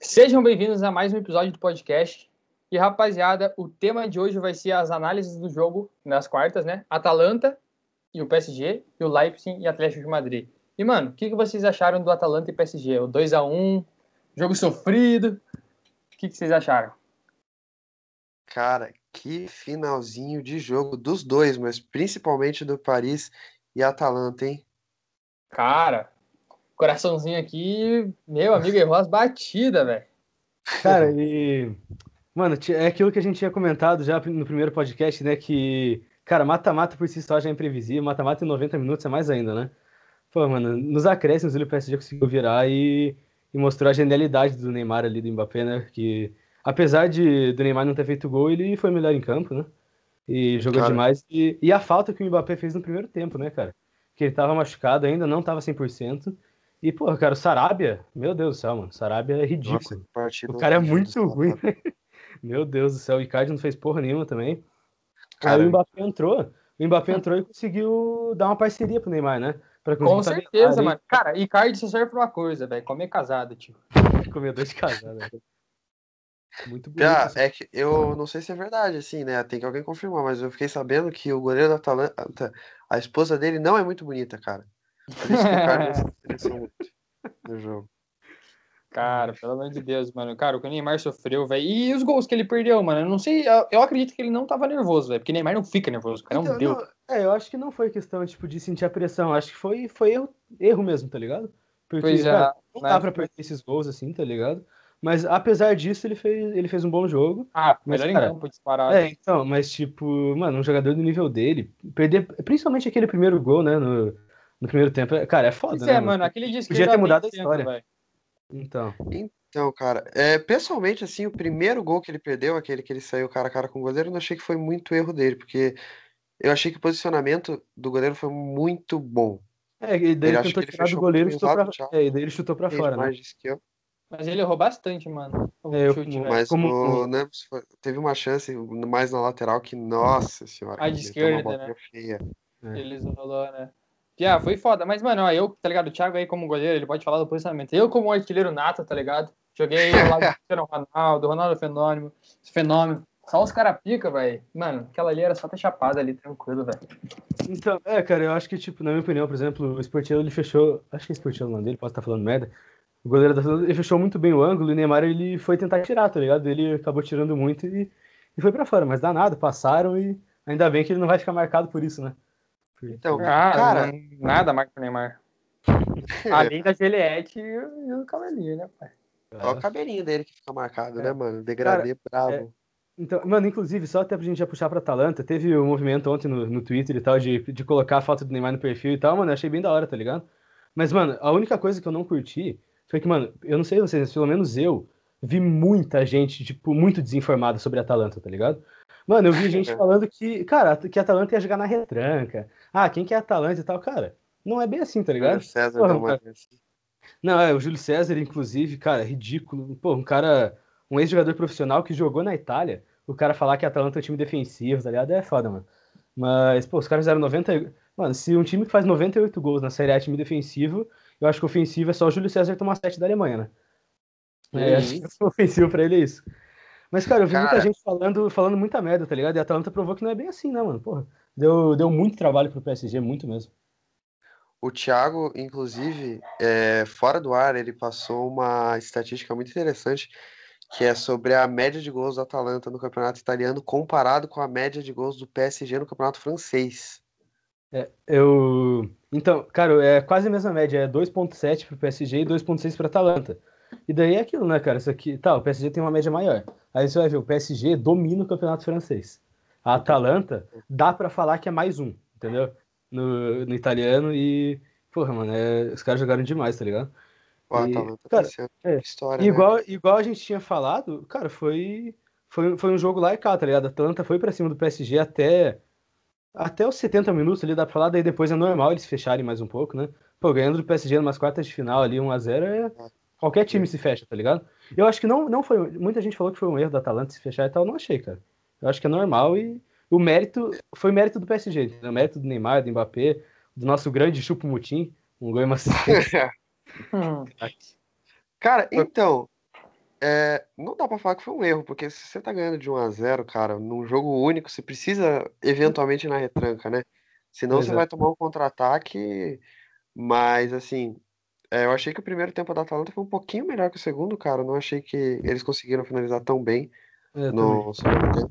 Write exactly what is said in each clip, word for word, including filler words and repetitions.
Sejam bem-vindos a mais um episódio do podcast. E, rapaziada, o tema de hoje vai ser as análises do jogo nas quartas, né? Atalanta e o P S G, e o Leipzig e Atlético de Madrid. E, mano, o que, que vocês acharam do Atalanta e P S G? O dois a um, jogo sofrido. O que, que vocês acharam? Cara, que finalzinho de jogo dos dois, mas principalmente do Paris e Atalanta, hein? Cara, coraçãozinho aqui, meu amigo, errou as batidas, velho. Cara, e. Mano, é aquilo que a gente tinha comentado já no primeiro podcast, né? Que, cara, mata-mata por si só já é imprevisível, mata-mata em noventa minutos é mais ainda, né? Pô, mano, nos acréscimos o P S G conseguiu virar e, e mostrou a genialidade do Neymar ali, do Mbappé, né? Que, apesar de do Neymar não ter feito gol, ele foi melhor em campo, né? E jogou Cara, demais. E, e a falta que o Mbappé fez no primeiro tempo, né, cara? Que ele tava machucado ainda, não tava cem por cento. E, pô, cara, o Sarabia, meu Deus do céu, mano, o Sarabia é nossa, que ridículo. O partida cara é horrível do muito ruim, Sarabia. meu Deus do céu, o Icardi não fez porra nenhuma também. Aí o Cara, Mbappé entrou, o Mbappé entrou e conseguiu dar uma parceria pro Neymar, né? Pra conseguir Com estar certeza, Neymar mano. Cara, Icardi só serve pra uma coisa, velho. Comer casado, tio. aí, comedor de casada. Né? Muito bonito Pia, isso. é que eu não sei se é verdade, assim, né? Tem que alguém confirmar, mas eu fiquei sabendo que o goleiro da Atalanta, a esposa dele não é muito bonita, cara. Por isso que o cara não se interessou muito no jogo. Cara, pelo amor de Deus, mano. Cara, o que o Neymar sofreu, velho. E os gols que ele perdeu, mano. Eu não sei. Eu, eu acredito que ele não tava nervoso, velho. Porque Neymar não fica nervoso. O cara é um Então, deus. não, é, eu acho que não foi questão, tipo, de sentir a pressão. Acho que foi, foi erro, erro mesmo, tá ligado? Pois Porque, é, cara, não né? dá pra perder esses gols assim, tá ligado? Mas apesar disso, ele fez, ele fez um bom jogo. Ah, Mas, melhor em cara, campo, disparado. é, então, mas tipo, mano, um jogador do nível dele, perder, principalmente aquele primeiro gol, né, no, no primeiro tempo, é- cara, é Pois foda, né, é, mano? mano. Aquele de Podia esquerda ter bem mudado a dentro, história. velho. Então, Então, cara, é, pessoalmente, assim, o primeiro gol que ele perdeu, aquele que ele saiu cara a cara com o goleiro, eu não achei que foi muito erro dele, porque eu achei que o posicionamento do goleiro foi muito bom. é, e daí Ele ele acho tentou que ele tirar do fechou muito goleiro e bem os chutou lados, pra, o Thiago é, e daí ele chutou pra fez fora, né? demais de esquerda. Mas ele errou bastante, mano. O É, eu, chute, velho. Mas como, o Neves foi- teve uma chance mais na lateral que, nossa senhora, A de meteu uma esquerda, né? bolinha feia. é, Ele isolou, né? Piá, foi foda. Mas, mano, ó, eu, tá ligado? O Thiago aí como goleiro, ele pode falar do posicionamento. Eu como artilheiro nato, tá ligado? Joguei ao lado do Cristiano Ronaldo, Ronaldo Fenômeno. Fenômeno. Só os caras pica, velho. Mano, aquela ali era só ter chapado ali, tranquilo, velho. então, é, cara, eu acho que, tipo, na minha opinião, por exemplo, o Sportiello, ele fechou, acho que é Sportiello o nome dele, posso estar falando merda, o goleiro da Atalanta, ele fechou muito bem o ângulo e o Neymar ele foi tentar tirar, tá ligado? Ele acabou tirando muito e, e foi pra fora, mas dá nada, passaram e ainda bem que ele não vai ficar marcado por isso, né? Então, Porque... Ah, cara, não, nada mais pro Neymar. Além da Juliette e o e o cabelinho, né, pai? olha o É, cabelinho dele que fica marcado, né, é. mano? Cara, Degradê é, brabo. então, mano, inclusive, só até pra gente já puxar pra Atalanta, teve um movimento ontem no, no Twitter e tal, de, de colocar a foto do Neymar no perfil e tal, mano, eu achei bem da hora, tá ligado? Mas, mano, a única coisa que eu não curti foi que, mano, eu não sei vocês, mas pelo menos eu vi muita gente, tipo, muito desinformada sobre a Atalanta, tá ligado? Mano, eu vi gente falando que, cara, que a Atalanta ia jogar na retranca. Ah, quem que é a Atalanta e tal, cara? Não é bem assim, tá Júlio ligado? César Porra, deu uma mano, dessa. não, é, o Júlio César, inclusive, cara, ridículo. Pô, um cara, um ex-jogador profissional que jogou na Itália, o cara falar que a Atalanta é um time defensivo, tá ligado? É foda, mano. Mas, pô, os caras fizeram noventa. e- Mano, se um time que faz noventa e oito gols na Série A é time defensivo, eu acho que ofensivo é só o Júlio César tomar sete da Alemanha, né? Que É, acho que isso, ofensivo pra ele é isso. Mas, cara, eu vi muita cara. gente falando, falando muita merda, tá ligado? E a Atalanta provou que não é bem assim, né, mano? Porra, deu, deu muito trabalho pro P S G, muito mesmo. O Thiago, inclusive, é, fora do ar, ele passou uma estatística muito interessante, que é sobre a média de gols do Atalanta no campeonato italiano comparado com a média de gols do P S G no campeonato francês. É, eu. Então, cara, é quase a mesma média, é dois ponto sete pro P S G e dois ponto seis pra Atalanta. E daí é aquilo, né, cara? Isso aqui, tá, o P S G tem uma média maior. Aí você vai ver, o P S G domina o campeonato francês. A No campeonato. Atalanta dá pra falar que é mais um, entendeu? No, no italiano e. Porra, mano, é, os caras jogaram demais, tá ligado? O E, Atalanta tá cara, sendo é. que história, né? Igual, igual a gente tinha falado, cara, foi, foi, foi um jogo lá e cá, tá ligado? A Atalanta foi pra cima do P S G até. Até os setenta minutos ali dá pra falar, daí depois é normal eles fecharem mais um pouco, né? Pô, ganhando do P S G numas quartas de final ali, um a zero é... Ah, Qualquer time ver- se fecha, tá ligado? Eu acho que não, não foi... Muita gente falou que foi um erro da Atalanta se fechar e tal, eu não achei, cara. Eu acho que é normal e o mérito... Foi mérito do P S G, entendeu? O mérito do Neymar, do Mbappé, do nosso grande Choupo-Moting, um gol e uma assistência. Hum. Cara, então, é, não dá pra falar que foi um erro, porque se você tá ganhando de um a zero, cara, num jogo único, você precisa eventualmente ir na retranca, né? Senão Pois você é. vai tomar um contra-ataque, mas assim, é, eu achei que o primeiro tempo da Atalanta foi um pouquinho melhor que o segundo, cara. Eu não achei que eles conseguiram finalizar tão bem É, eu também. no segundo tempo.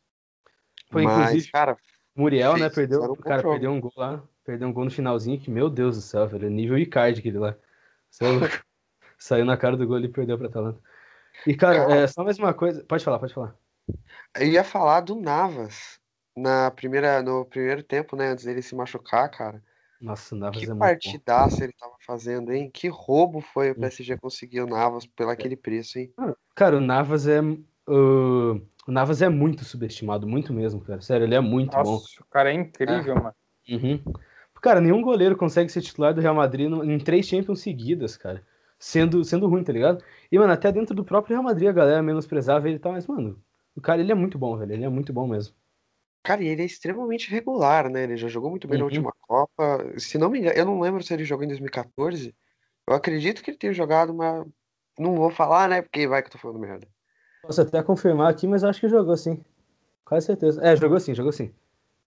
Foi, Mas, inclusive, cara, Muriel, né, fez, perdeu, fizeram o um bom cara jogo. perdeu um gol lá, perdeu um gol no finalzinho, que, meu Deus do céu, velho, é nível Icardi aquele lá. Você é louco. Saiu na cara do gol e perdeu pra Atalanta. E, cara, Cara, é só mais uma coisa. Pode falar, pode falar. eu ia falar do Navas na primeira, no primeiro tempo, né, antes dele se machucar, cara. Nossa, o Que Navas é muito bom. partidaça ele tava fazendo, hein? Que roubo foi o P S G conseguir o Navas pelo aquele preço, hein? Ah, cara, o Navas é. uh, o Navas é muito subestimado, muito mesmo, cara. Sério, ele é muito bom. Nossa, o cara é É. incrível, mano. Uhum. Cara, nenhum goleiro consegue ser titular do Real Madrid no- em três Champions seguidas, cara. Sendo, sendo ruim, tá ligado? E, mano, até dentro do próprio Real Madrid a galera menosprezava ele e tal, mas, mano, o cara, ele é muito bom, velho. Ele é muito bom mesmo. Cara, e ele é extremamente regular, né? Ele já jogou muito bem na Uhum. última Copa. Se não me engano, eu não lembro se ele jogou em dois mil e quatorze. Eu acredito que ele tenha jogado, mas não vou falar, né? Porque vai que eu tô falando merda. Posso até confirmar aqui, mas acho que jogou sim. Quase certeza. É, jogou sim, jogou sim.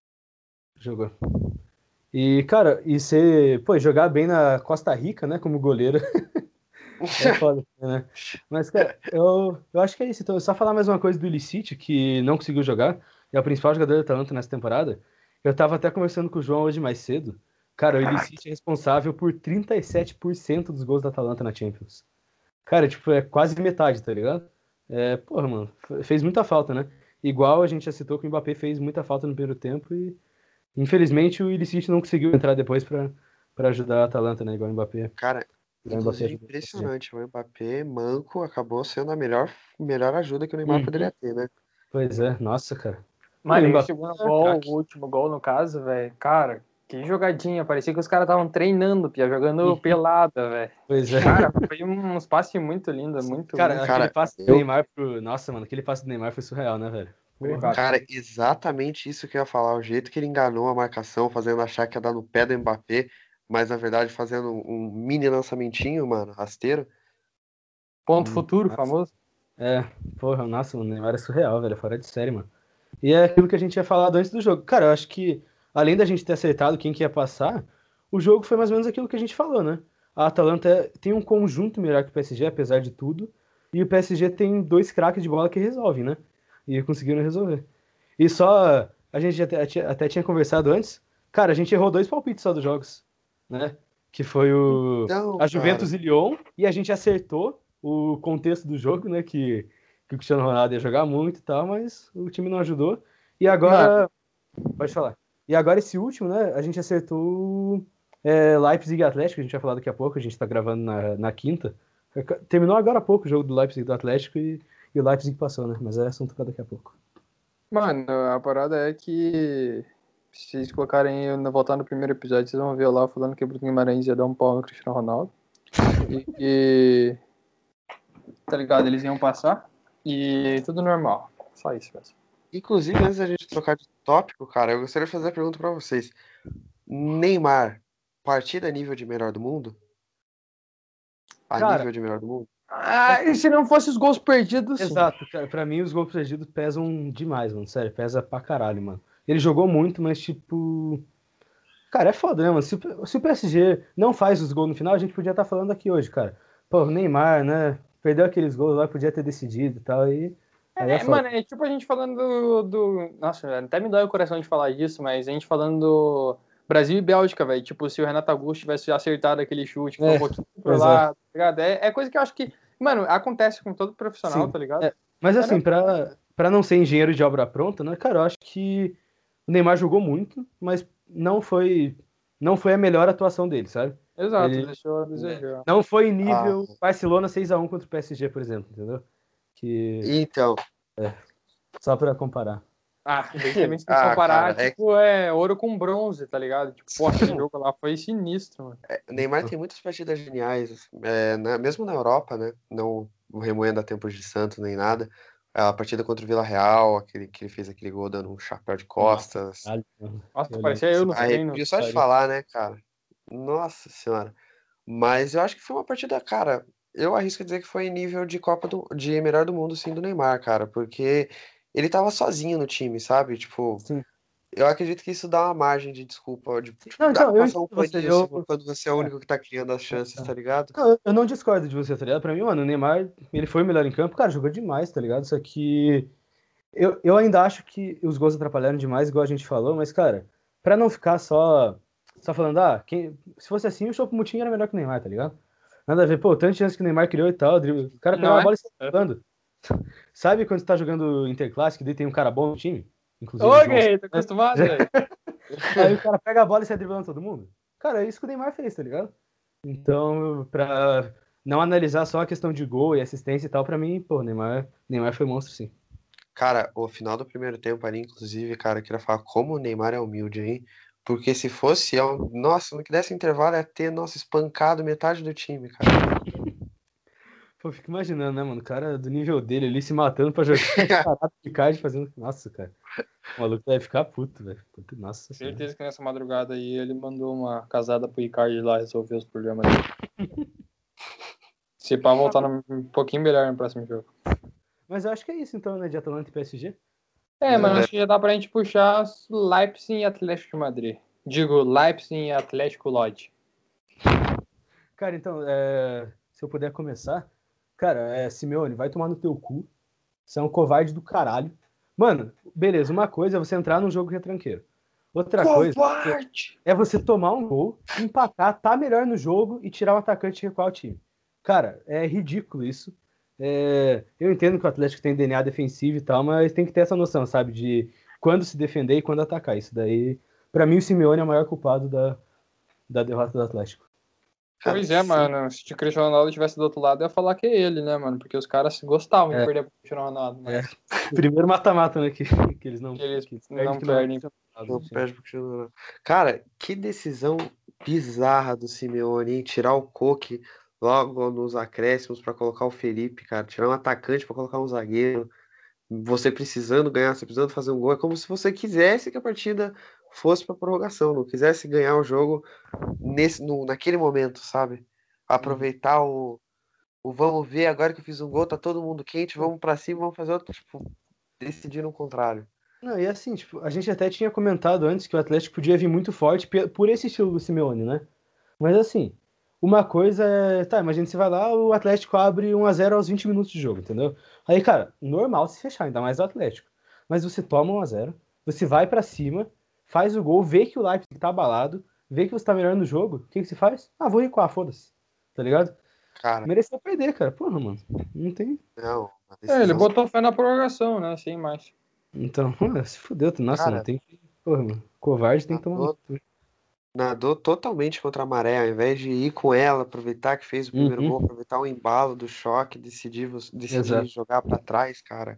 Jogou. E, cara, e você, pô, jogar bem na Costa Rica, né, como goleiro, é foda, né? Mas, cara, eu, eu acho que é isso. Então, só falar mais uma coisa do Illicit, que não conseguiu jogar, é o principal jogador do Atalanta nessa temporada. Eu tava até conversando com o João hoje mais cedo. Cara, o Illicit é responsável por trinta e sete por cento dos gols da Atalanta na Champions. Cara, tipo, é quase metade, tá ligado? É, porra, mano, fe- fez muita falta, né? Igual a gente já citou que o Mbappé fez muita falta no primeiro tempo e, infelizmente, o Illicit não conseguiu entrar depois pra, pra ajudar a Atalanta, né? Igual o Mbappé. Cara, Igual o Mbappé inclusive ajudou o P S G. impressionante. O Mbappé, manco, acabou sendo a melhor, melhor ajuda que o Neymar Uhum. poderia ter, né? Pois é, nossa, cara. Pô, e Mano, o e o Mbappé segundo é gol, o craque. último gol, no caso, velho, cara, que jogadinha. Parecia que os caras estavam treinando, pia, jogando Uhum. pelada, velho. Pois é. Cara, foi um espaço muito lindo, muito, Cara, muito. aquele Cara, passe do eu, Neymar pro. Nossa, mano, aquele passe do Neymar foi surreal, né, velho? Porra. Obrigado. cara, exatamente isso que eu ia falar. O jeito que ele enganou a marcação, fazendo achar que ia dar no pé do Mbappé, mas na verdade fazendo um mini lançamentinho, mano, rasteiro. Ponto Hum, futuro, nossa. famoso. É, porra, nossa, o Neymar é surreal, velho. É fora de série, mano. E é aquilo que a gente tinha falado antes do jogo. Cara, eu acho que, além da gente ter acertado quem que ia passar, o jogo foi mais ou menos aquilo que a gente falou, né? A Atalanta tem um conjunto melhor que o P S G, apesar de tudo. E o P S G tem dois craques de bola que resolvem, né? E conseguiram resolver. E só, a gente até, até tinha conversado antes. Cara, a gente errou dois palpites só dos jogos, né? Que foi o Então, a cara, Juventus e Lyon, e a gente acertou o contexto do jogo, né? Que, que o Cristiano Ronaldo ia jogar muito e tal, mas o time não ajudou. E Mano, agora, pode falar. E agora esse último, né? A gente acertou é, Leipzig e Atlético, a gente vai falar daqui a pouco, a gente tá gravando na, na quinta. Terminou agora há pouco o jogo do Leipzig e do Atlético e, e o Leipzig passou, né? Mas é assunto pra daqui a pouco. mano, a parada é que se vocês colocarem, eu voltar no primeiro episódio, vocês vão ver lá falando que o Bruno Guimarães ia dar um pau no Cristiano Ronaldo. E, e tá ligado? Eles iam passar. E tudo normal. Só isso mesmo. inclusive, antes da gente trocar de tópico, cara, eu gostaria de fazer a pergunta pra vocês. Neymar, partida a nível de melhor do mundo? A Cara, nível de melhor do mundo? Ah, e se não fosse os gols perdidos, sim. exato, cara. Pra mim, os gols perdidos pesam demais, mano. Sério, pesa pra caralho, mano. Ele jogou muito, mas, tipo. Cara, é foda, né, mano? Se, o- se o P S G não faz os gols no final, a gente podia estar falando aqui hoje, cara. Pô, o Neymar, né? Perdeu aqueles gols lá, podia ter decidido e tal. E aí é É, foda. mano, é tipo a gente falando do, do. Nossa, até me dói o coração de falar disso, mas a gente falando do Brasil e Bélgica, velho. Tipo, se o Renato Augusto tivesse acertado aquele chute, que foi um É, pouquinho pro pois é. lado, tá ligado? É, é coisa que eu acho que, mano, acontece com todo profissional, Sim. tá ligado? É, mas É, assim, né? pra, pra não ser engenheiro de obra pronta, né, cara, eu acho que o Neymar jogou muito, mas não foi, não foi a melhor atuação dele, sabe? Exato, Ele deixou a né, desejar. não foi Ah, nível Barcelona seis a um contra o P S G, por exemplo, entendeu? Que então. só pra comparar. Ah, daí também se tu Ah, comparar, cara, é, tipo, é ouro com bronze, tá ligado? Tipo, pô, aquele jogo lá foi sinistro, mano. é, o Neymar tem muitas partidas geniais, é, na- mesmo na Europa, né? Não remoendo a tempos de Santos nem nada. A partida contra o Vila Real, aquele que ele fez aquele gol dando um chapéu de Nossa, costas. caralho, mano. Nossa, Eu lembro parecia eu desse nos treinos. Arrepio só de pariu. falar, né, cara? Nossa senhora. Mas eu acho que foi uma partida, cara. eu arrisco dizer que foi nível de Copa do, de melhor do mundo, sim, do Neymar, cara, porque ele tava sozinho no time, sabe? Tipo, Sim. eu acredito que isso dá uma margem de desculpa, de, tipo, Não, dá então, pra eu passar entendo um você. paninho assim, Eu, quando você é o é, único que tá criando as chances, é. tá ligado? Não, eu eu não discordo de você, tá ligado? Pra mim, mano, o Neymar, ele foi o melhor em campo, cara, jogou demais, tá ligado? Só que eu, eu ainda acho que os gols atrapalharam demais, igual a gente falou, mas, cara, pra não ficar só, só falando, ah, quem, se fosse assim, o Choupo-Moting era melhor que o Neymar, tá ligado? Nada a ver, pô, tanta chance que o Neymar criou e tal, dribla- o cara Não pegava a é? bola e saia É. driblando. Sabe quando você tá jogando Interclassic, daí tem um cara bom no time? Inclusive o Ô, João. Guerreiro, tá acostumado, velho? Aí o cara pega a bola e sai driblando todo mundo. Cara, é isso que o Neymar fez, tá ligado? Então, pra não analisar só a questão de gol e assistência e tal, pra mim, pô, Neymar, Neymar foi monstro, sim. Cara, o final do primeiro tempo ali, inclusive, cara, eu queria falar como o Neymar é humilde, hein? Porque se fosse, ao- nossa, no que desse intervalo ia ter, nossa, espancado metade do time, cara. Pô, eu fico imaginando, né, mano? O cara do nível dele ali se matando pra jogar parado de card fazendo. Nossa, cara. O maluco deve ficar puto, velho. Puto, nossa senhora. Certeza que nessa madrugada aí ele mandou uma casada pro Icardi lá resolver os problemas dele. Se pá, voltar no- um pouquinho melhor no próximo jogo. Mas eu acho que é isso então, né, de Atalanta e P S G. É, mas É, acho que já dá pra gente puxar Leipzig e Atlético de Madrid. Digo, Leipzig e Atlético Lodge. cara, então, é, se eu puder começar, cara, é, Simeone, vai tomar no teu cu. Você é um covarde do caralho. Mano, beleza, uma coisa é você entrar num jogo retranqueiro. Outra coisa Covarde! é você tomar um gol, empatar, tá melhor no jogo e tirar o atacante e recuar o time. Cara, é ridículo isso. É, eu entendo que o Atlético tem D N A defensivo e tal, mas tem que ter essa noção, sabe? De quando se defender e quando atacar. Isso daí, pra mim, o Simeone é o maior culpado da, da derrota do Atlético. Cara, Pois é, sim. mano. Se o Cristiano Ronaldo estivesse do outro lado, eu ia falar que é ele, né, mano? Porque os caras gostavam de É, perder pro Cristiano Ronaldo, é. mas Primeiro mata-mata, né? Que, que eles não que eles que eles perdem não que não é perdem. profissional, Não assim. perde porque não. Cara, que decisão bizarra do Simeone, hein? Tirar o Coque logo nos acréscimos pra colocar o Felipe, cara. Tirar um atacante pra colocar um zagueiro. Você precisando ganhar, você precisando fazer um gol. É como se você quisesse que a partida fosse pra prorrogação, não quisesse ganhar o jogo nesse, no, naquele momento, sabe? Uhum. Aproveitar o, o vamos ver, agora que eu fiz um gol, tá todo mundo quente, vamos pra cima, vamos fazer outro. Tipo, decidir o contrário. Não, e assim, tipo, a gente até tinha comentado antes que o Atlético podia vir muito forte pe- por esse estilo do Simeone, né? Mas assim, uma coisa é. Tá, imagina você vai lá, o Atlético abre um a zero aos vinte minutos de jogo, entendeu? Aí, cara, normal se fechar, ainda mais o Atlético. Mas você toma um a zero, você vai pra cima, faz o gol, vê que o Leipzig tá abalado, vê que você tá melhor no jogo, o que que você faz? Ah, vou recuar, foda-se. Tá ligado? Cara, Mereceu perder, cara. Porra, mano. Não tem. não, a É, ele decisão. botou fé na prorrogação, né? Sem mais. Então, ah, se fudeu. Nossa, mano, Cara, tem que. Porra, mano. Covarde tem que tomar no nadou, cu. nadou totalmente contra a maré, ao invés de ir com ela, aproveitar que fez o primeiro gol, Uhum, aproveitar o embalo do choque, decidir, vo- decidir exato. jogar pra trás, cara.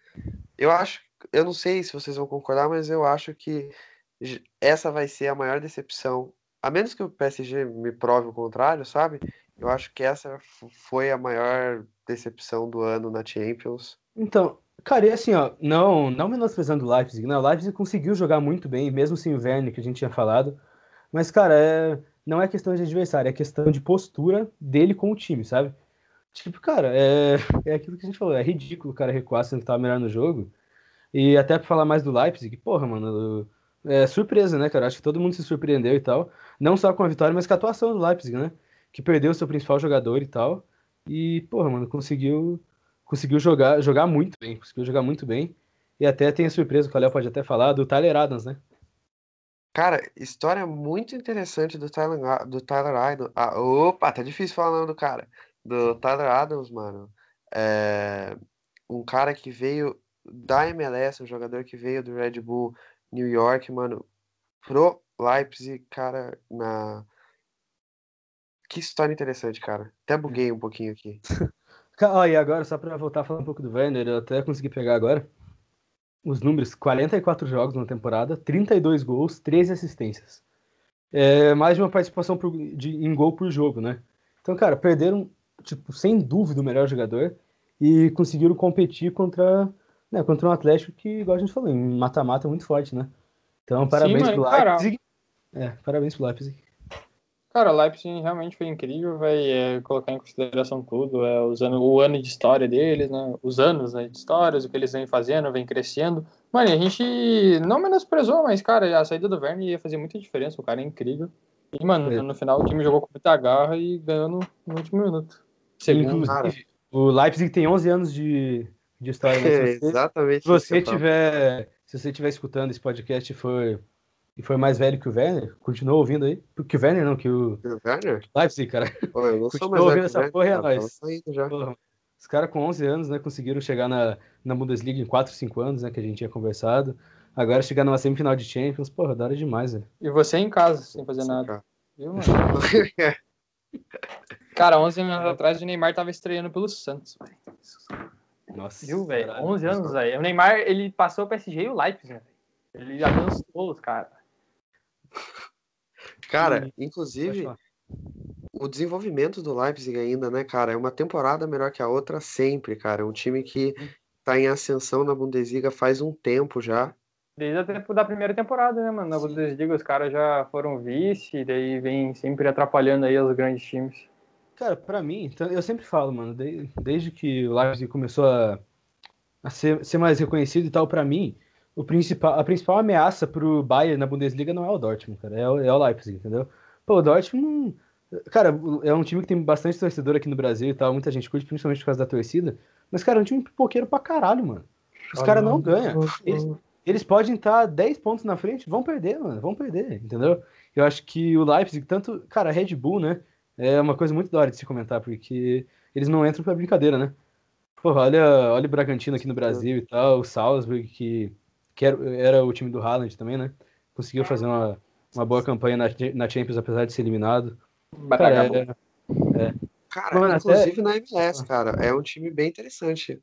Eu acho, eu não sei se vocês vão concordar, mas eu acho que j- essa vai ser a maior decepção. A menos que o P S G me prove o contrário, sabe? Eu acho que essa f- foi a maior decepção do ano na Champions. Então, cara, e assim, ó, não, não menosprezando o Leipzig, né? O Leipzig conseguiu jogar muito bem, mesmo sem o Werner, que a gente tinha falado. Mas, cara, é, não é questão de adversário, é questão de postura dele com o time, sabe? Tipo, cara, é, é aquilo que a gente falou, é ridículo o cara recuar sendo que tava melhor no jogo. E até pra falar mais do Leipzig, porra, mano, é surpresa, né, cara? Acho que todo mundo se surpreendeu e tal. Não só com a vitória, mas com a atuação do Leipzig, né? Que perdeu o seu principal jogador e tal. E, porra, mano, conseguiu conseguiu jogar, jogar muito bem, conseguiu jogar muito bem. E até tem a surpresa, que o Léo pode até falar, do Tyler Adams, né? Cara, história muito interessante do Tyler, A- do Tyler Adams. Ah, opa, tá difícil falar o nome do cara. Do Tyler Adams, mano. É um cara que veio da M L S, um jogador que veio do Red Bull New York, mano, pro Leipzig, cara, na... Que história interessante, cara. Até buguei um pouquinho aqui. Ca- Ó, e agora, só pra voltar a falar um pouco do Werner, eu até consegui pegar agora os números: quarenta e quatro jogos na temporada, trinta e dois gols, treze assistências. É mais de uma participação por- de, em gol por jogo, né? Então, cara, perderam, tipo, sem dúvida o melhor jogador e conseguiram competir contra, né, contra um Atlético que, igual a gente falou, em mata-mata é muito forte, né? Então, Sim, parabéns mano, pro cara. Leipzig. É, parabéns pro Leipzig. Cara, o Leipzig realmente foi incrível, vai é, colocar em consideração tudo, é, os ano, o ano de história deles, né? Os anos, né, de histórias, o que eles vêm fazendo, vem crescendo. Mano, e a gente não menosprezou, mas, cara, a saída do Werner ia fazer muita diferença, o cara é incrível. E, mano, É. no final o time jogou com muita garra e ganhou no, no último minuto. Segundo. Cara, Inclusive, o Leipzig tem onze anos de, de história, né? Se é você, se exatamente isso que eu você falo. tiver, se você tiver escutando esse podcast e for, e for mais velho que o Werner, continua ouvindo aí. Que o Werner não, que o O Werner? Leipzig, cara. Pô, eu não sou mais Continua velho ouvindo que o essa Werner, porra e é cara. Tava nóis. saindo já. Porra, os caras com onze anos, né, conseguiram chegar na, na Bundesliga em quatro, cinco anos, né, que a gente tinha conversado. Agora chegar numa semifinal de Champions, porra, da hora demais, velho. E você em casa, sem fazer Nossa, nada. cara. Viu, mano? Cara, onze anos atrás o Neymar tava estreando pelo Santos, velho. Nossa, Viu, velho? caralho. onze anos, velho. O Neymar, ele passou o P S G e o Leipzig, né? Ele já dançou os caras. Cara, E- Pode inclusive, falar. o desenvolvimento do Leipzig ainda, né, cara, é uma temporada melhor que a outra sempre, cara. É um time que tá em ascensão na Bundesliga faz um tempo já. Desde o tempo da primeira temporada, né, mano? Na Sim. Bundesliga os caras já foram vice, e daí vem sempre atrapalhando aí os grandes times. Cara, pra mim, então, eu sempre falo, mano, de- desde que o Leipzig começou a, a ser, ser mais reconhecido e tal, pra mim, o principal, a principal ameaça pro Bayern na Bundesliga não é o Dortmund, cara, é o, é o Leipzig, entendeu? Pô, o Dortmund, não- cara, é um time que tem bastante torcedor aqui no Brasil e tal, muita gente curte, principalmente por causa da torcida, mas, cara, é um time pipoqueiro pra caralho, mano. Os caras não ganham. Eles, eles podem estar dez pontos na frente, vão perder, mano, vão perder, entendeu? Eu acho que o Leipzig, tanto, cara, a Red Bull, né, é uma coisa muito da hora de se comentar, porque eles não entram pra brincadeira, né? Porra, olha, olha o Bragantino aqui no Brasil e tal, o Salzburg, que, que era, era o time do Haaland também, né? Conseguiu fazer uma, uma boa campanha na, na Champions, apesar de ser eliminado. Cara, Bragabu. é, é. Cara, Mano, até. inclusive na M L S, cara, é um time bem interessante.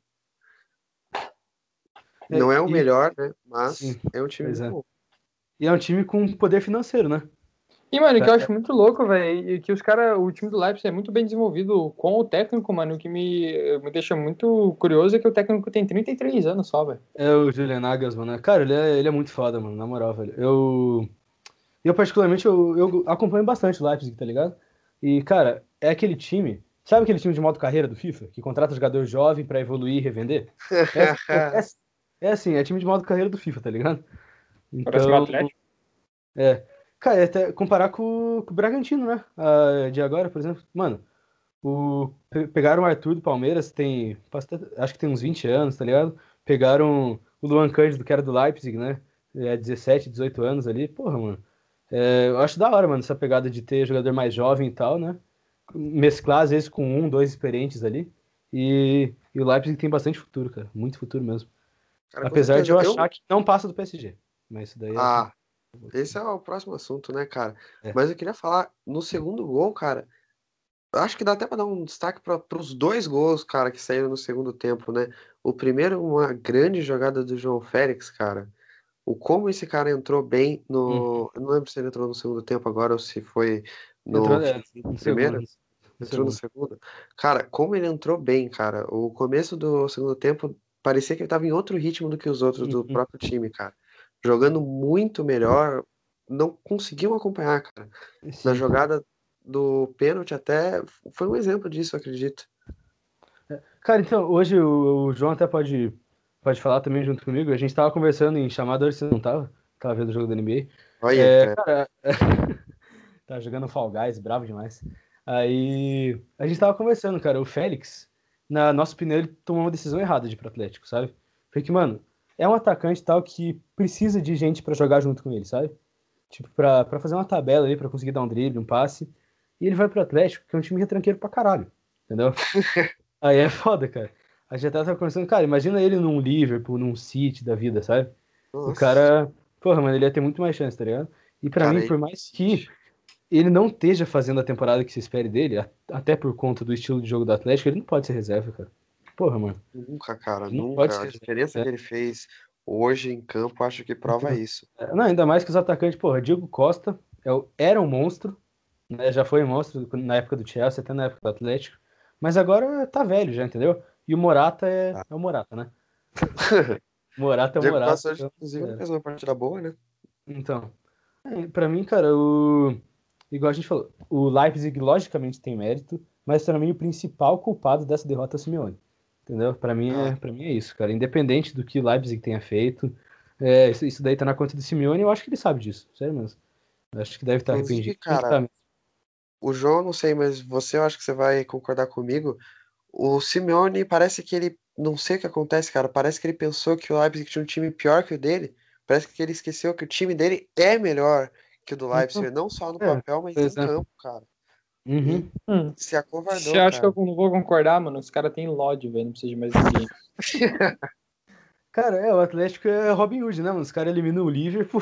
É, Não é o e, melhor, né? sim, Mas é um time pois muito é. bom. E é um time com poder financeiro, né? E, mano, o que eu Cara, acho muito louco, velho, é que os caras, o time do Leipzig é muito bem desenvolvido com o técnico, mano. O que me, me deixa muito curioso é que o técnico tem trinta e três anos só, velho. é o Julian Nagelsmann, né? Cara, ele é, ele é muito foda, mano, na moral, velho. Eu, eu particularmente, eu, eu acompanho bastante o Leipzig, tá ligado? E, cara, é aquele time. Sabe aquele time de modo carreira do FIFA? Que contrata jogador jovem pra evoluir e revender? É, assim- é, assim- é assim, é time de modo carreira do FIFA, tá ligado? Parece o Então, Atlético. é. Cara, é até comparar com, com o Bragantino, né? Ah, de agora, por exemplo. Mano, o, pe- pegaram o Arthur do Palmeiras, tem. bastante- Acho que tem uns vinte anos, tá ligado? Pegaram o Luan Cândido, que era do Leipzig, né? É dezessete, dezoito anos ali. Porra, mano. É, eu acho da hora, mano, essa pegada de ter jogador mais jovem e tal, né? Mesclar, às vezes, com um, dois experientes ali. E, e o Leipzig tem bastante futuro, cara. Muito futuro mesmo. Cara, com Apesar de certeza. eu Eu. achar que não passa do P S G. Mas isso daí é. Ah, esse é o próximo assunto, né, cara? É. Mas eu queria falar, no segundo gol, cara, acho que dá até pra dar um destaque para os dois gols, cara, que saíram no segundo tempo, né? O primeiro, uma grande jogada do João Félix, cara. O como esse cara entrou bem Hum. no. Eu não lembro se ele entrou no segundo tempo agora ou se foi Entrou, no é, finzinho do no segundo. primeiro. No Entrou no segundo. segundo. Cara, como ele entrou bem, cara. O começo do segundo tempo parecia que ele tava em outro ritmo do que os outros do Uhum. próprio time, cara. Jogando muito melhor. Não conseguiam acompanhar, cara. Na Sim. jogada do pênalti até foi um exemplo disso, eu acredito. Cara, então, hoje o, o João até pode, pode falar também junto comigo. A gente tava conversando em chamada, hoje você não tava? Tava vendo o jogo da N B A. Olha, É, cara. cara, tava jogando Fall Guys, bravo demais. Aí a gente tava conversando, cara. O Félix, na nossa opinião, ele tomou uma decisão errada de ir pro Atlético, sabe? Porque, mano, é um atacante tal que precisa de gente pra jogar junto com ele, sabe? Tipo, pra, pra fazer uma tabela ali, pra conseguir dar um drible, um passe. E ele vai pro Atlético, que é um time retranqueiro pra caralho, entendeu? Aí é foda, cara. A gente até tava conversando, cara, imagina ele num Liverpool, num City da vida, sabe? O Nossa, cara, porra, mano, ele ia ter muito mais chance, tá ligado? E pra cara, mim, aí por mais que ele não esteja fazendo a temporada que se espere dele, a- até por conta do estilo de jogo do Atlético, ele não pode ser reserva, cara. Porra, mano, nunca, cara, ele não pode nunca. ser A reserva. diferença que ele fez hoje em campo, acho que prova isso. É, não, ainda mais que os atacantes, porra, Diego Costa é o- era um monstro, né? Já foi um monstro na época do Chelsea, até na época do Atlético. Mas agora tá velho já, entendeu? E o Morata é, Tá. é o Morata, né? Morata é o Diego Morata. Costa hoje, Então, inclusive, é. fez uma partida boa, né? Então, é, pra mim, cara, o, igual a gente falou, o Leipzig logicamente tem mérito, mas para mim o principal culpado dessa derrota é o Simeone. Entendeu? Para mim, é, Ah, pra mim é isso, cara. Independente do que o Leipzig tenha feito, é, isso, isso daí tá na conta do Simeone, eu acho que ele sabe disso, sério mesmo. Eu acho que deve estar inclusive, arrependido. Tem que cara, tá. o João, não sei, mas você eu acho que você vai concordar comigo. O Simeone parece que ele. Não sei o que acontece, cara. Parece que ele pensou que o Leipzig tinha um time pior que o dele. Parece que ele esqueceu que o time dele é melhor que o do Então, Leipzig, não só no é, papel, mas em pois é. campo, cara. E Uhum. Hum. se Você acovardou, acha que eu cara. não vou concordar, mano? Os caras têm Lodge, velho. Não precisa de mais ninguém. Cara, é, o Atlético é Robin Hood, né, mano? Os caras eliminam o Liverpool.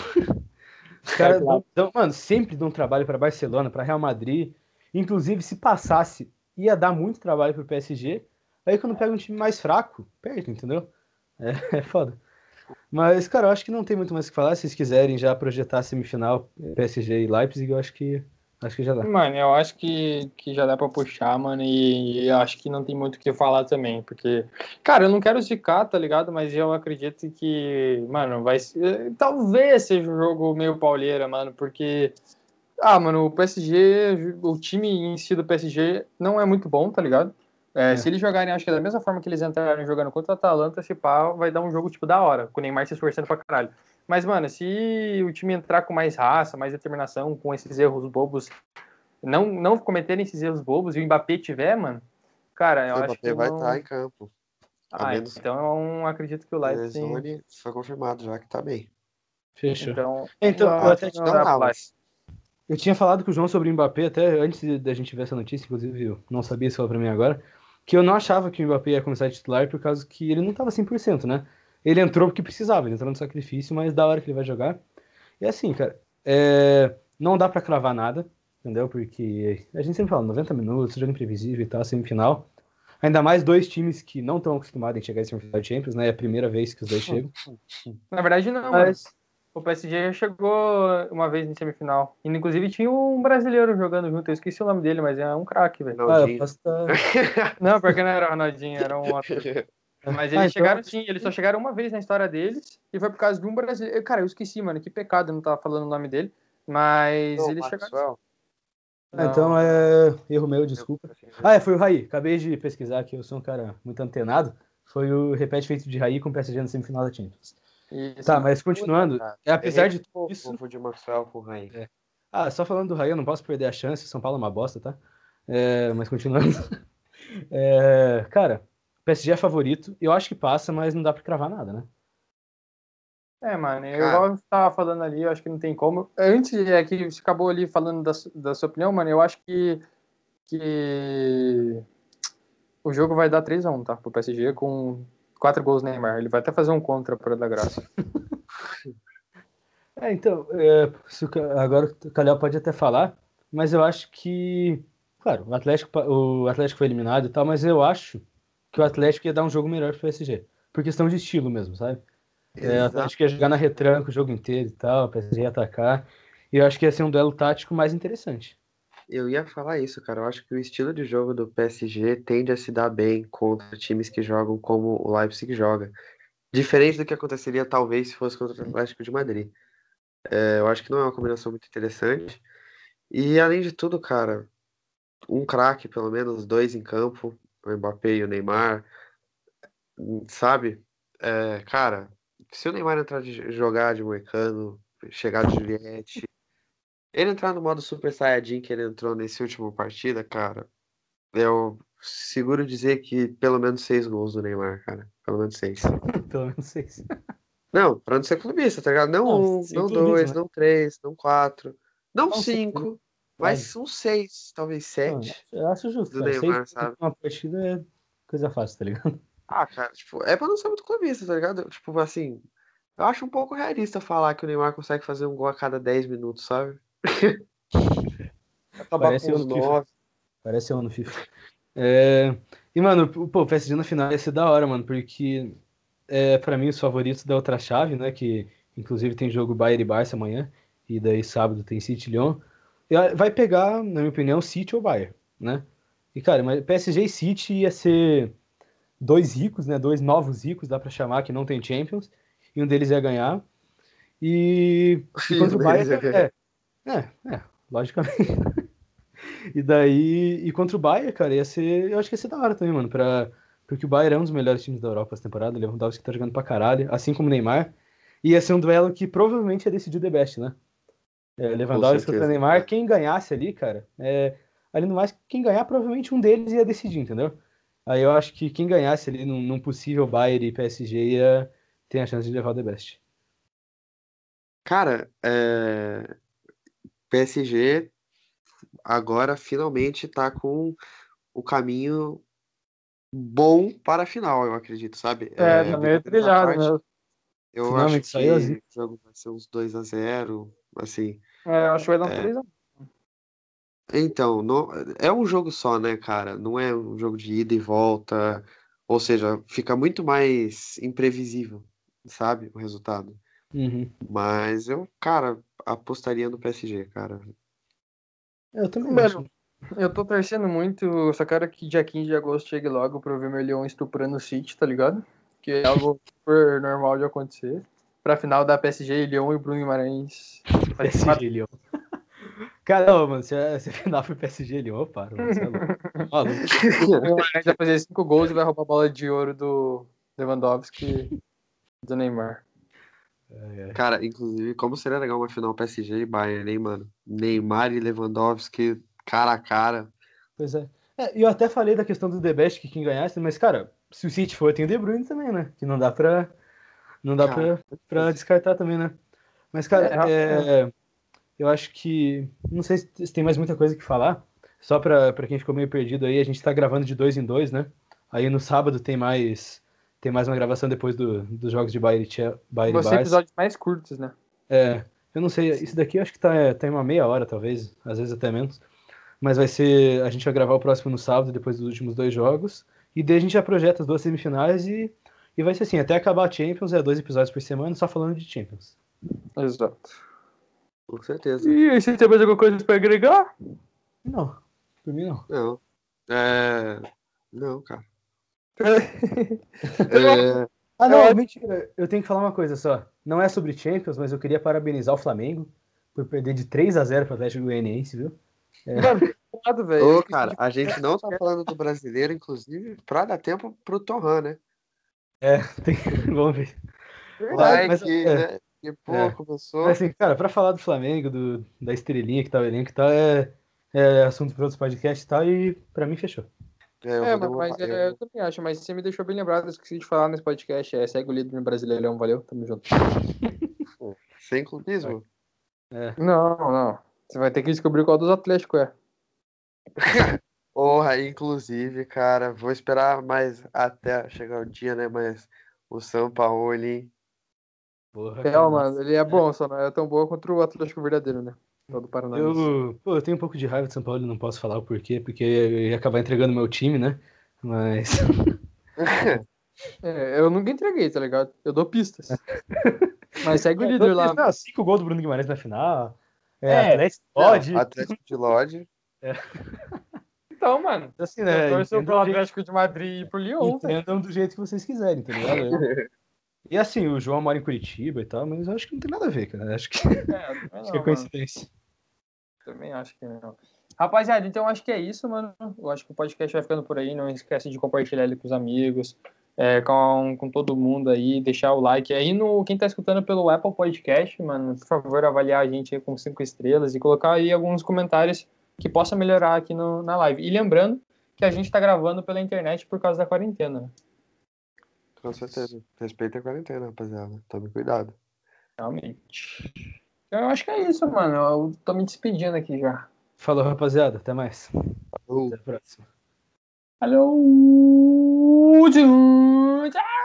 Os É caras claro. dão, dão- mano, sempre dão trabalho pra Barcelona, pra Real Madrid. Inclusive, se passasse, ia dar muito trabalho pro P S G. Aí quando pega um time mais fraco, perde, entendeu? É, é foda. Mas, cara, eu acho que não tem muito mais o que falar. Se vocês quiserem já projetar a semifinal P S G e Leipzig, eu acho que acho que já dá. Mano, eu acho que, que já dá pra puxar, mano, e, e eu acho que não tem muito o que falar também, porque, cara, eu não quero zicar, tá ligado? Mas eu acredito que, mano, vai ser, talvez seja um jogo meio pauleira, mano, porque, ah, mano, o P S G, o time em si do P S G não é muito bom, tá ligado? É, É. se eles jogarem, acho que da mesma forma que eles entraram jogando contra o Atalanta, se pá, vai dar um jogo, tipo, da hora, com o Neymar se esforçando pra caralho. Mas, mano, se o time entrar com mais raça, mais determinação, com esses erros bobos não, não cometerem esses erros bobos e o Mbappé tiver, mano, cara, eu O acho que Mbappé vai estar vão. em campo. A Ah, menos que então eu acredito que o se Leipzig. lesione, foi confirmado já que tá bem. Fechou. Então, Então, o Ah, vamos Atlético, não, ignorar não, o Leipzig. mas. eu tinha falado com o João sobre o Mbappé até antes de- da gente ver essa notícia, inclusive eu não sabia se falou pra mim agora, que eu não achava que o Mbappé ia começar a titular por causa que ele não tava cem por cento, né? Ele entrou porque precisava, ele entrou no sacrifício, mas da hora que ele vai jogar. E assim, cara, é, não dá pra cravar nada, entendeu? Porque a gente sempre fala noventa minutos, jogo imprevisível e tal, semifinal. Ainda mais dois times que não estão acostumados em chegar em semifinal de Champions, né? É a primeira vez que os dois chegam. Na verdade, não, mano. Mas, O P S G já chegou uma vez em semifinal. E, inclusive, tinha um brasileiro jogando junto. Eu esqueci o nome dele, mas é um craque, velho. ah, eu Ronaldinho. posso estar. Não, porque não era o Ronaldinho, era um outro. Mas Ah, eles então. chegaram sim, eles só chegaram uma vez na história deles. E foi por causa de um brasileiro. Cara, eu esqueci, mano. Que pecado, eu não tava falando o nome dele. Mas Não, eles chegaram. Maxwell. Ah, então Não. é erro meu, Eu- desculpa. Ah, é, foi o Raí. Acabei de pesquisar aqui, eu sou um cara muito antenado. Foi o repete feito de Raí com o P S G na semifinal da Champions. Tá, Isso. mas Puta, continuando, cara. é, Errei apesar de de tudo novo. isso. Confundi o Maxwell com o Raí. É. Ah, só falando do Raí, eu não posso perder a chance. São Paulo é uma bosta, tá? É, mas continuando. É, cara, o P S G é favorito. Eu acho que passa, mas não dá pra cravar nada, né? É, mano, eu, Cara, igual você tava falando ali, eu acho que não tem como. Antes é que você acabou ali falando da, su- da sua opinião, mano, eu acho que, que o jogo vai dar três a um, tá? Pro P S G com quatro gols no Neymar. Ele vai até fazer um contra para dar graça. É, então, é, se o Ca- agora o Calhau pode até falar, mas eu acho que, claro, o Atlético, pa- o Atlético foi eliminado e tal, mas eu acho que o Atlético ia dar um jogo melhor pro P S G, por questão de estilo mesmo, sabe? É, o exato. Atlético ia jogar na retranca o jogo inteiro e tal, o P S G ia atacar, e eu acho que ia ser um duelo tático mais interessante. Eu ia falar isso, cara. Eu acho que o estilo de jogo do P S G tende a se dar bem contra times que jogam como o Leipzig joga. Diferente do que aconteceria, talvez, se fosse contra o Atlético de Madrid. É, eu acho que não é uma combinação muito interessante. E, além de tudo, cara, um craque, pelo menos dois em campo, o Mbappé e o Neymar, sabe? É, cara, se o Neymar entrar de jogar de moicano, chegar de Juliette, ele entrar no modo Super Saiyajin que ele entrou nesse último partida, cara, eu seguro dizer que pelo menos seis gols do Neymar, cara. Pelo menos seis. Pelo menos seis. Não, pra não ser clubista, tá ligado? Não Não, um, sem não clubismo, dois, né? não três, não quatro, não Não, sem clubismo, cinco, suave. mas uns seis, talvez Não, eu sete acho eu acho justo, do cara. Seis Neymar, gols em sabe? uma partida é coisa fácil, tá ligado? Ah, cara, tipo, é pra não ser muito clubista, tá ligado? Tipo, assim, eu acho um pouco realista falar que o Neymar consegue fazer um gol a cada dez minutos, sabe? Acabar com Parece eu os no FIFA. nove. Parece eu no FIFA. É, e, mano, pô, o P S G na final ia ser da hora, mano, porque é, pra mim os favoritos da outra chave, né, que inclusive tem jogo Bayern e Barça amanhã, e daí sábado tem City e Lyon, e, ah, vai pegar, na minha opinião, City ou Bayern, né? E, cara, mas P S G e City ia ser dois ricos, né, dois novos ricos, dá pra chamar, que não tem Champions, e um deles ia ganhar, e, e E um contra o deles Bayern, ia ganhar. é, é, é. logicamente. E daí, e contra o Bayern, cara, ia ser, eu acho que ia ser da hora também, mano, pra, porque o Bayern é um dos melhores times da Europa essa temporada, o Lewandowski tá jogando pra caralho, assim como o Neymar, e ia ser um duelo que provavelmente ia decidir o The Best, né? É, Com Lewandowski contra certeza. Neymar, quem ganhasse ali, cara, é, ali no mais, quem ganhar, provavelmente um deles ia decidir, entendeu? Aí eu acho que quem ganhasse ali num, num possível Bayern e P S G ia ter a chance de levar o The Best. Cara, é... P S G agora finalmente tá com o caminho bom para a final, eu acredito, sabe? É, É, tá meio brincadeiras à trilhado parte, mesmo. eu acho Finalmente saiu assim. que o jogo vai ser uns dois a zero, assim. É, eu acho que vai dar uns É, três a um. então, não, é um jogo só, né, cara? Não é um jogo de ida e volta, ou seja, fica muito mais imprevisível, sabe, o resultado. Uhum. Mas eu, cara, apostaria no P S G, cara. Eu também acho. Mano, eu tô torcendo muito, eu só quero que dia quinze de agosto chegue logo pra eu ver meu Leão estuprando o City, tá ligado? Que é algo super normal de acontecer. Pra final da P S G, Leão e Bruno Guimarães. Vai ser uma- P S G, Lyon. Cara, não, mano, se a, se a final for P S G, Lyon, eu paro, mano, você é louco. Maluco. O Bruno Guimarães vai fazer cinco gols e vai roubar a bola de ouro do Lewandowski e do Neymar. É, é. Cara, inclusive, como seria legal uma final P S G e Bayern, hein, mano? Neymar e Lewandowski, cara a cara. Pois é. É, e eu até falei da questão do The Best, que quem ganhasse, mas, cara, se o City for, tem o De Bruyne também, né? Que não dá pra, não dá Cara, pra, pra descartar também, né? Mas, cara, É, é. é, eu acho que. Não sei se se tem mais muita coisa que falar. Só pra, pra quem ficou meio perdido aí, a gente tá gravando de dois em dois, né? Aí no sábado tem mais. Tem mais uma gravação depois do, dos jogos de Bayern e, Chel- Bayern e Vão ser Barça. episódios mais curtos, né? É, eu não sei, isso daqui eu acho que tá, tá em uma meia hora, talvez, às vezes até menos. Mas vai ser. A gente vai gravar o próximo no sábado, depois dos últimos dois jogos. E daí a gente já projeta as duas semifinais e, e vai ser assim, até acabar a Champions, é dois episódios por semana, só falando de Champions. Exato. com certeza. E aí, você tem mais alguma coisa pra agregar? Não, por mim não. Não. É... Não, cara. Eu acho, É... Ah, eu não, acho mentira. Eu tenho que falar uma coisa só. Não é sobre Champions, mas eu queria parabenizar o Flamengo por perder de três a zero para o Atlético Goianiense, viu? É, Mano, obrigado, velho. Eu Ô, esqueci cara, de a gente não tá falando do brasileiro, inclusive, pra dar tempo pro Torran, né? é, tem... vamos ver. Mas, Vai verdade. mas, que, é, né? E, pô, é. Mas começou. assim, cara, pra falar do Flamengo, do, da estrelinha que tá o elenco e tal, é, é assunto para outros podcasts e tal, e pra mim fechou. É, eu É, vou mano, mas demorar. é, eu Eu... também acho, mas você me deixou bem lembrado, eu esqueci de falar nesse podcast. É, segue o líder no Brasileirão, valeu, tamo junto. Pô, sem clubismo? É. Não, não. Você vai ter que descobrir qual dos Atléticos é. Porra, inclusive, cara, vou esperar mais até chegar o dia, né? Mas o Sampaoli, Porra, É, cara, mano, nossa. ele é bom, só não é tão bom contra o Atlético verdadeiro, né? Todo paranaense. Eu, pô, eu tenho um pouco de raiva de São Paulo, não posso falar o porquê, porque eu ia acabar entregando meu time, né? Mas. É, eu nunca entreguei, tá ligado? Eu dou pistas. Mas segue o É, líder eu fiz, lá. não, cinco gols do Bruno Guimarães na final. É, É, Atlético Não, pode. Atlético de Lodge. É, então, mano, assim, eu né? torço Entendam pelo do jeito, Atlético de Madrid e pro Lyon, velho. entendam do jeito que vocês quiserem, tá ligado? Eu- E assim, o João mora em Curitiba e tal, mas eu acho que não tem nada a ver, cara. Acho que, É, eu também acho que é não, mano. coincidência. Também acho que não. Rapaziada, então acho que é isso, mano. Eu acho que o podcast vai ficando por aí. Não esquece de compartilhar ele com os amigos, é, com, com todo mundo aí, deixar o like. Aí no quem tá escutando pelo Apple Podcast, mano, por favor, avaliar a gente aí com cinco estrelas e colocar aí alguns comentários que possa melhorar aqui no, na live. E lembrando que a gente tá gravando pela internet por causa da quarentena, né? Com certeza. Respeita a quarentena, rapaziada. Tome cuidado. Realmente. Então, eu acho que é isso, mano. Eu tô me despedindo aqui já. Falou, rapaziada. Até mais. Uh. Até a próxima. Alô! Tchau!